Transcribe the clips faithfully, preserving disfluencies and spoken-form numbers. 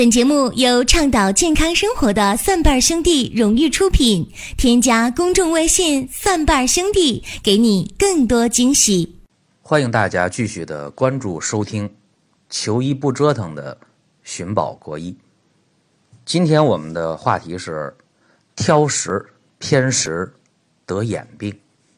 本节目由倡导健康生活的蒜瓣兄弟荣誉出品，添加公众微信蒜瓣兄弟，给你更多惊喜。 欢迎大家继续的关注收听求医不折腾的寻宝国医。今天我们的话题是挑食偏食得眼病。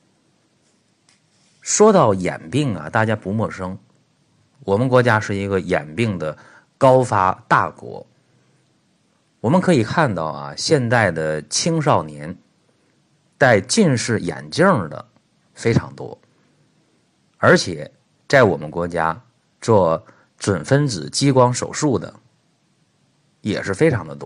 说到眼病啊，大家不陌生，我们国家是一个眼病的高发大国。我们可以看到啊，现在的青少年戴近视眼镜的非常多，而且在我们国家做准分子激光手术的也是非常的多。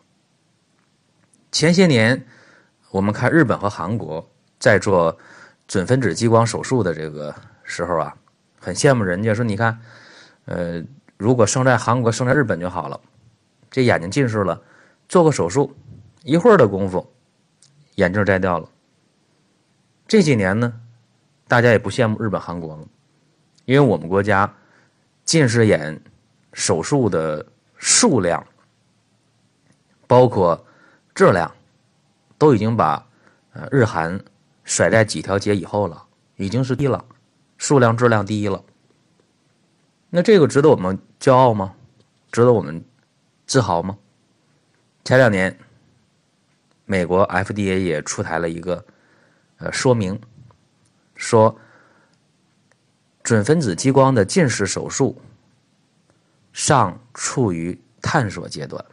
前些年我们看日本和韩国在做准分子激光手术的这个时候啊，很羡慕人家，说你看呃，如果生在韩国生在日本就好了，这眼睛近视了，做个手术一会儿的功夫眼镜摘掉了。这几年呢，大家也不羡慕日本韩国了，因为我们国家近视眼手术的数量包括质量都已经把呃日韩甩在几条街以后了，已经是第一了，数量质量第一了。那这个值得我们骄傲吗？值得我们自豪吗？前两年美国 F D A 也出台了一个呃说明，说准分子激光的近视手术尚处于探索阶段，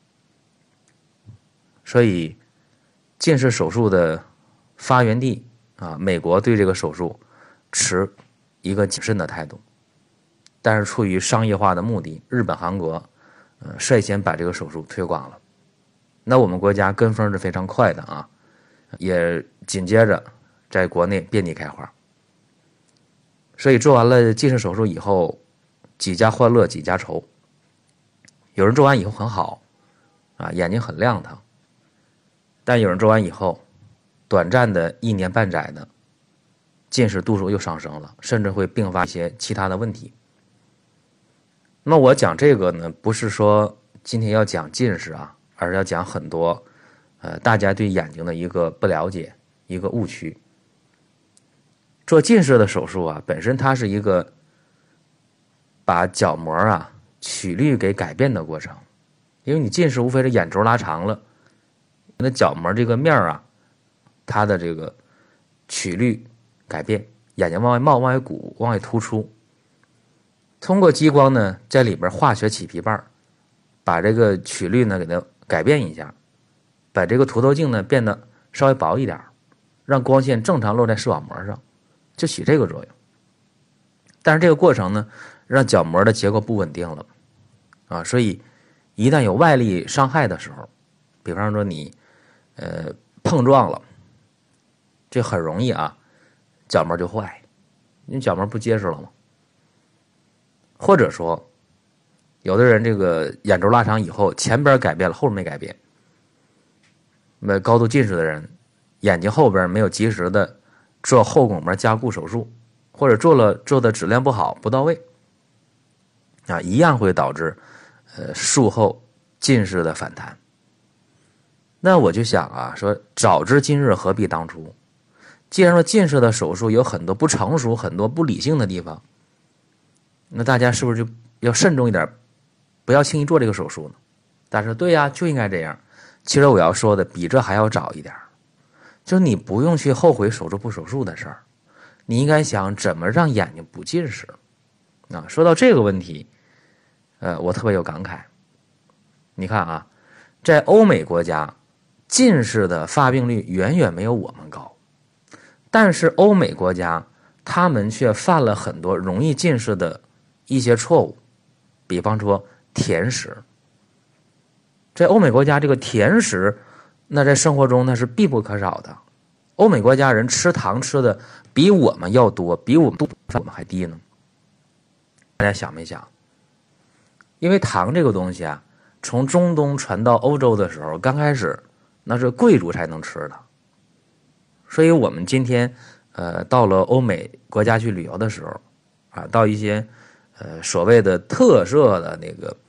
所以近视手术的发源地啊，美国对这个手术持一个谨慎的态度，但是出于商业化的目的，日本、韩国呃率先把这个手术推广了。那我们国家跟风是非常快的啊，也紧接着在国内遍地开花。所以做完了近视手术以后，几家欢乐几家愁。有人做完以后很好啊，眼睛很亮堂，但有人做完以后短暂的一年半载的近视度数又上升了，甚至会并发一些其他的问题。那我讲这个呢，不是说今天要讲近视啊，而是要讲很多呃大家对眼睛的一个不了解，一个误区。做近视的手术啊，本身它是一个把角膜啊曲率给改变的过程。因为你近视无非是眼轴拉长了，那角膜这个面啊，它的这个曲率改变，眼睛往外冒、往外鼓、往外突出。通过激光呢，在里边化学起皮瓣，把这个曲率呢给它改变一下，把这个凸透镜呢变得稍微薄一点，让光线正常落在视网膜上，就起这个作用。但是这个过程呢，让角膜的结构不稳定了啊，所以一旦有外力伤害的时候，比方说你呃碰撞了，这很容易啊角膜就坏，因为角膜不结实了嘛。或者说有的人这个眼轴拉长以后，前边改变了，后边没改变。那高度近视的人，眼睛后边没有及时的做后巩膜加固手术，或者做了做的质量不好不到位啊，一样会导致呃术后近视的反弹。那我就想啊，说早知今日何必当初。既然说近视的手术有很多不成熟、很多不理性的地方，那大家是不是就要慎重一点，不要轻易做这个手术呢？大家说对呀，就应该这样。其实我要说的比这还要早一点，就是你不用去后悔手术不手术的事儿，你应该想怎么让眼睛不近视啊。说到这个问题，呃，我特别有感慨。你看啊，在欧美国家，近视的发病率远远没有我们高，但是欧美国家他们却犯了很多容易近视的一些错误，比方说甜食。在欧美国家，这个甜食那在生活中那是必不可少的。欧美国家人吃糖吃的比我们要多，比我们度我们还低呢。大家想没想？因为糖这个东西啊，从中东传到欧洲的时候，刚开始那是贵族才能吃的，所以我们今天呃到了欧美国家去旅游的时候啊，到一些呃所谓的特色的那个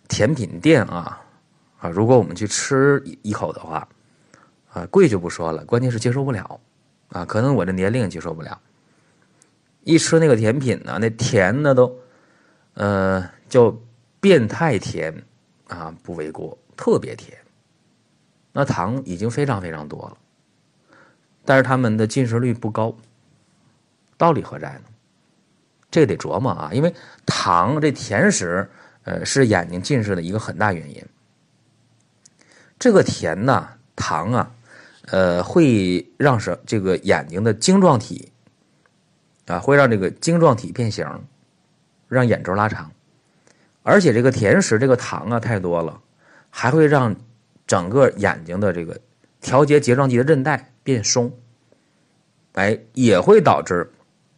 甜品店啊啊，如果我们去吃一口的话，啊，贵就不说了，关键是接受不了啊，可能我的年龄接受不了。一吃那个甜品呢，那甜的都，呃，叫变态甜啊，不为过，特别甜。那糖已经非常非常多了，但是他们的进食率不高，道理何在呢？这得琢磨啊，因为糖这甜食，呃，是眼睛近视的一个很大原因。这个甜呢，糖啊，呃，会让是这个眼睛的晶状体。啊，会让这个晶状体变形，让眼轴拉长，而且这个甜食这个糖啊太多了，还会让整个眼睛的这个调节睫状肌的韧带变松，哎，也会导致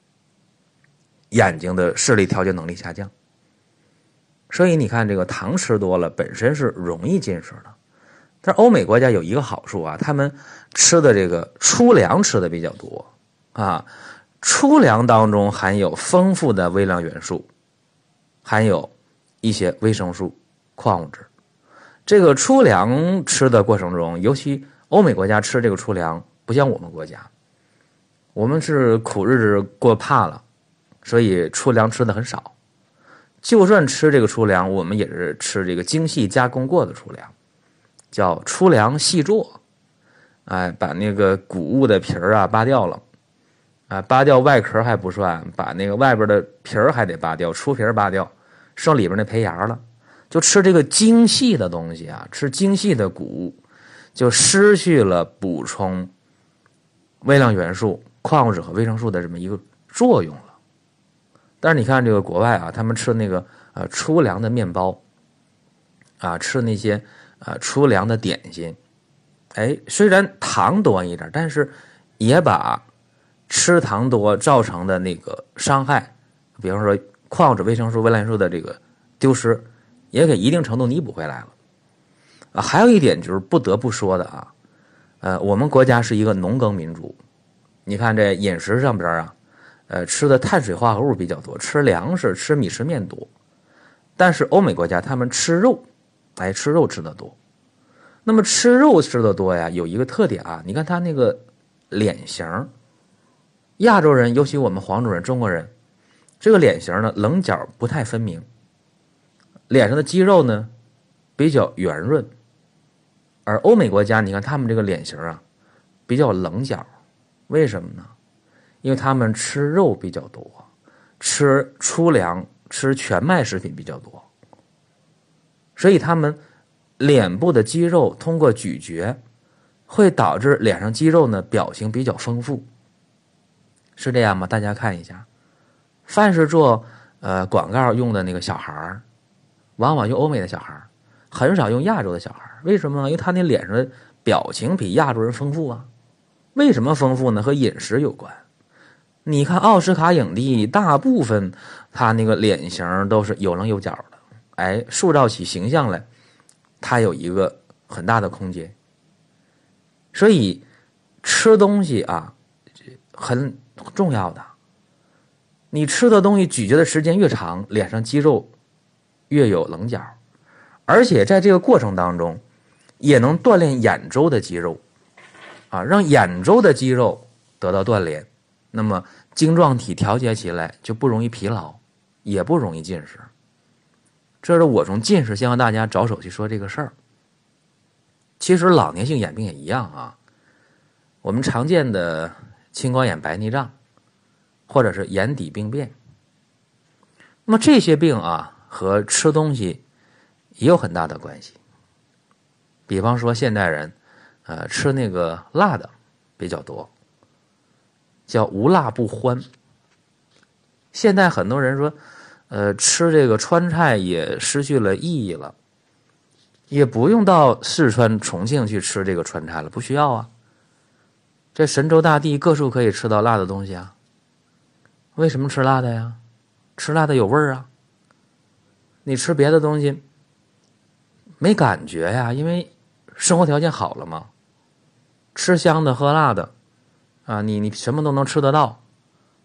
眼睛的视力调节能力下降。所以你看，这个糖吃多了本身是容易近视的，但是欧美国家有一个好处啊，他们吃的这个粗粮吃的比较多啊。粗粮当中含有丰富的微量元素，含有一些维生素、矿物质。这个粗粮吃的过程中，尤其欧美国家吃这个粗粮，不像我们国家，我们是苦日子过怕了，所以粗粮吃的很少。就算吃这个粗粮，我们也是吃这个精细加工过的粗粮，叫粗粮细做。哎，把那个谷物的皮儿啊扒掉了。啊，扒掉外壳还不算，把那个外边的皮儿还得扒掉，粗皮儿扒掉，剩里边那胚芽了。就吃这个精细的东西啊，吃精细的谷物，就失去了补充微量元素、矿物质和维生素的这么一个作用了。但是你看这个国外啊，他们吃那个呃粗粮的面包，啊，吃那些呃粗粮的点心，哎，虽然糖多一点，但是也把吃糖多造成的那个伤害，比方说矿物质、维生素、微量元素的这个丢失，也给一定程度弥补回来了。啊，还有一点就是不得不说的啊，呃，我们国家是一个农耕民族，你看这饮食上边啊，呃，吃的碳水化合物比较多，吃粮食、吃米吃面多，但是欧美国家他们吃肉，哎，吃肉吃的多。那么吃肉吃的多呀，有一个特点啊，你看他那个脸型。亚洲人，尤其我们黄种人、中国人，这个脸型呢，棱角不太分明，脸上的肌肉呢比较圆润，而欧美国家，你看他们这个脸型啊，比较棱角，为什么呢？因为他们吃肉比较多，吃粗粮、吃全麦食品比较多，所以他们脸部的肌肉通过咀嚼，会导致脸上肌肉呢表情比较丰富。是这样吗？大家看一下，凡是做呃广告用的那个小孩，往往用欧美的小孩，很少用亚洲的小孩。为什么呢？因为他那脸上的表情比亚洲人丰富啊。为什么丰富呢？和饮食有关。你看奥斯卡影帝，大部分他那个脸型都是有棱有角的，哎，塑造起形象来，他有一个很大的空间。所以吃东西啊，很重要的，你吃的东西咀嚼的时间越长，脸上肌肉越有棱角，而且在这个过程当中也能锻炼眼周的肌肉啊，让眼周的肌肉得到锻炼，那么晶状体调节起来就不容易疲劳，也不容易近视。这是我从近视先和大家着手去说这个事儿。其实老年性眼病也一样啊，我们常见的青光眼白内障，或者是眼底病变，那么这些病啊和吃东西也有很大的关系。比方说现代人呃吃那个辣的比较多，叫无辣不欢。现在很多人说呃吃这个川菜也失去了意义了，也不用到四川重庆去吃这个川菜了，不需要啊。这神州大地各处可以吃到辣的东西啊，为什么吃辣的呀？吃辣的有味儿啊。你吃别的东西没感觉呀，因为生活条件好了嘛。吃香的喝辣的啊，你你什么都能吃得到，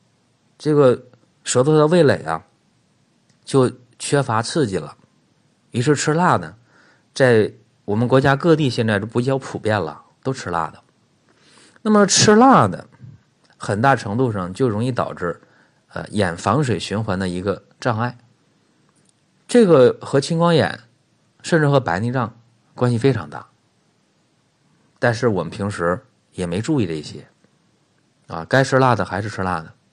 这个舌头的味蕾啊就缺乏刺激了， 于是吃辣呢，在我们国家各地现在都比较普遍了，都吃辣的。那么吃辣的很大程度上就容易导致呃眼房水循环的一个障碍，这个和青光眼甚至和白内障关系非常大。但是我们平时也没注意这些啊，该吃辣的还是吃辣的。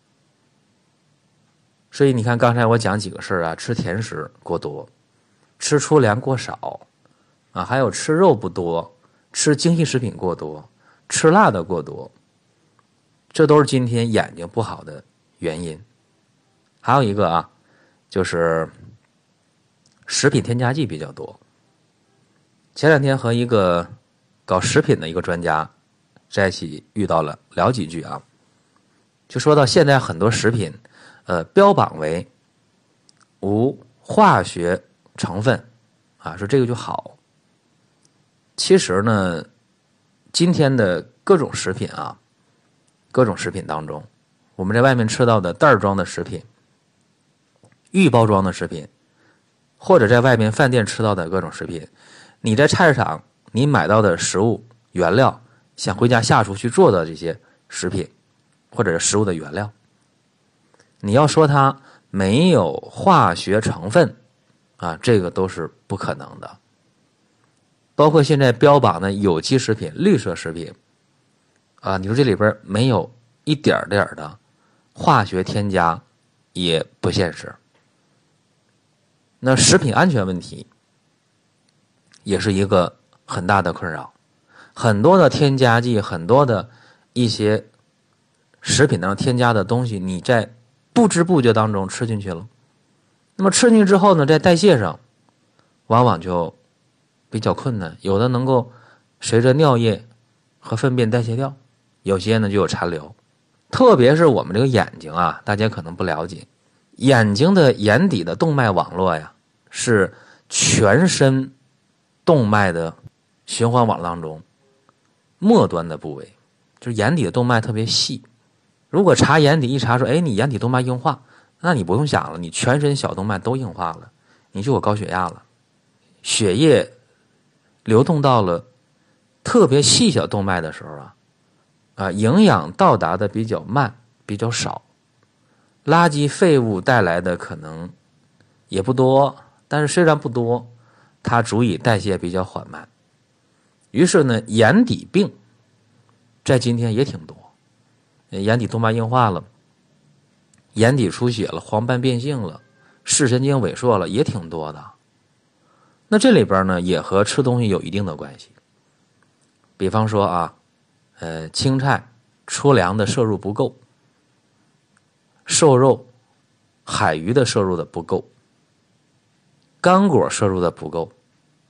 所以你看刚才我讲几个事儿啊，吃甜食过多，吃粗粮过少啊，还有吃肉不多，吃精细食品过多，吃辣的过多，这都是今天眼睛不好的原因。还有一个啊，就是食品添加剂比较多。前两天和一个搞食品的一个专家在一起遇到了，聊几句啊，就说到现在很多食品呃标榜为无化学成分啊，说这个就好。其实呢，今天的各种食品啊，各种食品当中，我们在外面吃到的袋装的食品、预包装的食品，或者在外面饭店吃到的各种食品，你在菜市场你买到的食物原料，想回家下厨去做的这些食品或者是食物的原料，你要说它没有化学成分啊，这个都是不可能的。包括现在标榜的有机食品、绿色食品啊，你说这里边没有一点点的化学添加也不现实。那食品安全问题也是一个很大的困扰，很多的添加剂，很多的一些食品当中添加的东西，你在不知不觉当中吃进去了，那么吃进去之后呢，在代谢上往往就比较困难，有的能够随着尿液和粪便代谢掉，有些呢就有残留。特别是我们这个眼睛啊，大家可能不了解，眼睛的眼底的动脉网络呀，是全身动脉的循环网当中末端的部位，就是眼底的动脉特别细。如果查眼底一查说，哎，你眼底动脉硬化，那你不用想了，你全身小动脉都硬化了，你就有高血压了。血液流动到了特别细小动脉的时候啊，啊，营养到达的比较慢，比较少，垃圾废物带来的可能也不多，但是虽然不多，它足以代谢比较缓慢。于是呢，眼底病在今天也挺多，眼底动脉硬化了，眼底出血了，黄斑变性了，视神经萎缩了，也挺多的。那这里边呢，也和吃东西有一定的关系。比方说啊，呃，青菜、粗粮的摄入不够，瘦肉、海鱼的摄入的不够，干果摄入的不够，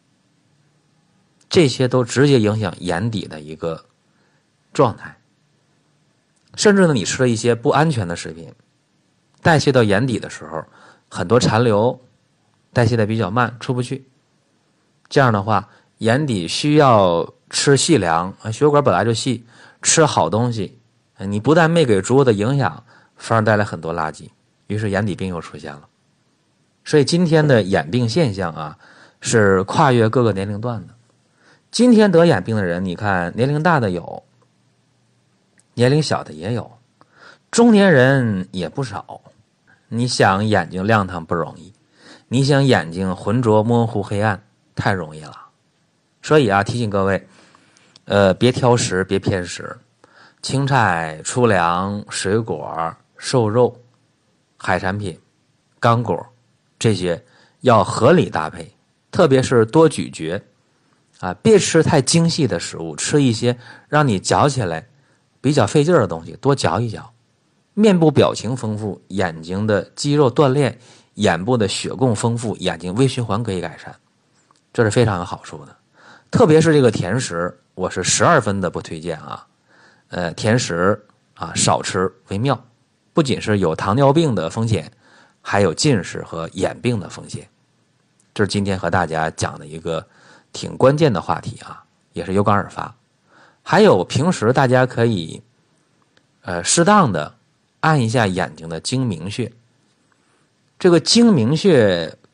这些都直接影响眼底的一个状态。甚至呢，你吃了一些不安全的食品，代谢到眼底的时候，很多残留代谢的比较慢，出不去。这样的话，眼底需要吃细粮，血管本来就细，吃好东西，你不但没给足够的营养，反而带来很多垃圾，于是眼底病又出现了。所以今天的眼病现象啊，是跨越各个年龄段的。今天得眼病的人，你看年龄大的有，年龄小的也有，中年人也不少。你想眼睛亮堂不容易，你想眼睛浑浊模糊黑暗太容易了。所以啊，提醒各位，呃，别挑食，别偏食，青菜、粗粮、水果、瘦肉、海产品、干果，这些要合理搭配，特别是多咀嚼啊，别吃太精细的食物，吃一些让你嚼起来比较费劲的东西，多嚼一嚼。面部表情丰富，眼睛的肌肉锻炼，眼部的血供丰富，眼睛微循环可以改善，这是非常有好处的。特别是这个甜食，我是十二分的不推荐啊。呃，甜食啊少吃为妙，不仅是有糖尿病的风险，还有近视和眼病的风险。这是今天和大家讲的一个挺关键的话题啊，也是有感而发。还有平时大家可以呃适当的按一下眼睛的睛明穴。这个睛明穴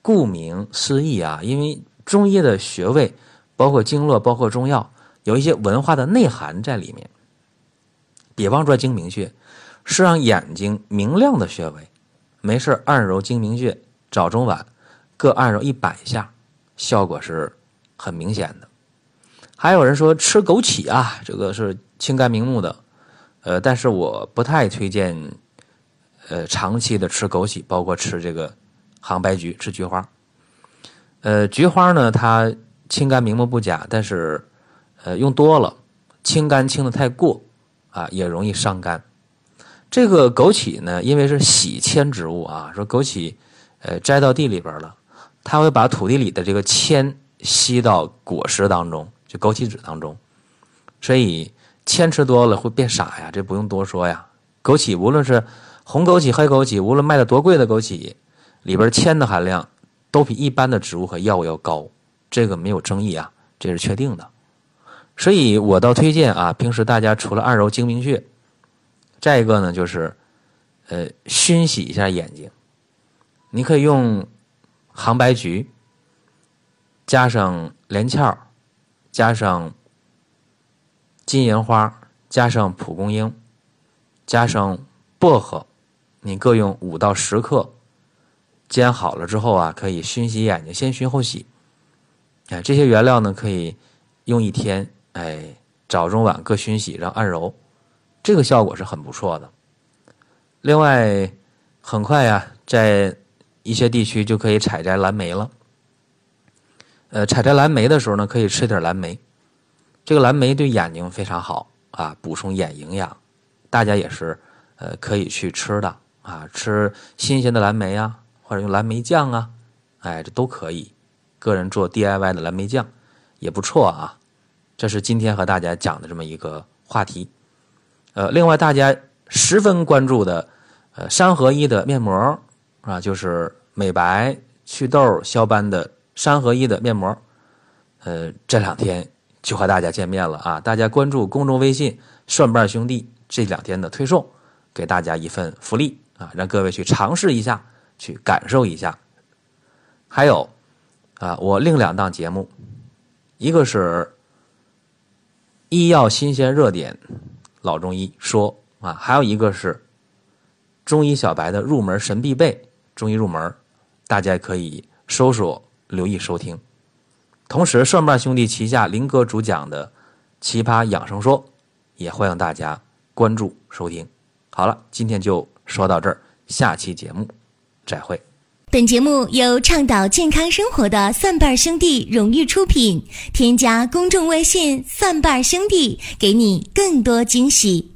顾名思义啊，因为中医的穴位包括经络包括中药有一些文化的内涵在里面。比方说睛明穴是让眼睛明亮的穴位，没事按揉睛明穴，早中晚各按揉一百下，效果是很明显的。还有人说吃枸杞啊，这个是清肝明目的，呃，但是我不太推荐呃长期的吃枸杞，包括吃这个杭白菊，吃菊花。呃，菊花呢，它清肝明目不假，但是呃用多了，清肝清的太过啊，也容易伤肝。这个枸杞呢，因为是喜铅植物啊，说枸杞呃摘到地里边了，它会把土地里的这个铅吸到果实当中，就枸杞籽当中，所以铅吃多了会变傻呀，这不用多说呀。枸杞无论是红枸杞、黑枸杞，无论卖的多贵的枸杞，里边铅的含量都比一般的植物和药物要高，这个没有争议啊，这是确定的。所以我倒推荐啊，平时大家除了按揉睛明穴，再一个呢就是呃熏洗一下眼睛。你可以用杭白菊加上连翘加上金银花加上蒲公英加上薄荷，你各用五到十克，煎好了之后啊，可以熏洗眼睛，先熏后洗。哎，这些原料呢可以用一天，哎，早中晚各熏洗，然后按揉，这个效果是很不错的。另外，很快呀，在一些地区就可以采摘蓝莓了。呃，采摘蓝莓的时候呢，可以吃点蓝莓。这个蓝莓对眼睛非常好啊，补充眼营养，大家也是呃可以去吃的啊，吃新鲜的蓝莓啊，或者用蓝莓酱啊，哎，这都可以。个人做 D I Y 的蓝莓酱也不错啊。这是今天和大家讲的这么一个话题。呃，另外大家十分关注的呃三合一的面膜啊，就是美白、祛痘、消斑的三合一的面膜。呃，这两天就和大家见面了啊！大家关注公众微信蒜瓣兄弟，这两天的推送给大家一份福利啊，让各位去尝试一下，去感受一下。还有啊，我另两档节目，一个是医药新鲜热点，老中医说啊，还有一个是中医小白的入门神必备，中医入门，大家可以搜索留意收听。同时蒜瓣兄弟旗下林哥主讲的奇葩养生说也欢迎大家关注收听。好了，今天就说到这儿，下期节目再会。 本节目由倡导健康生活的蒜瓣兄弟荣誉出品，添加公众微信蒜瓣兄弟，给你更多惊喜。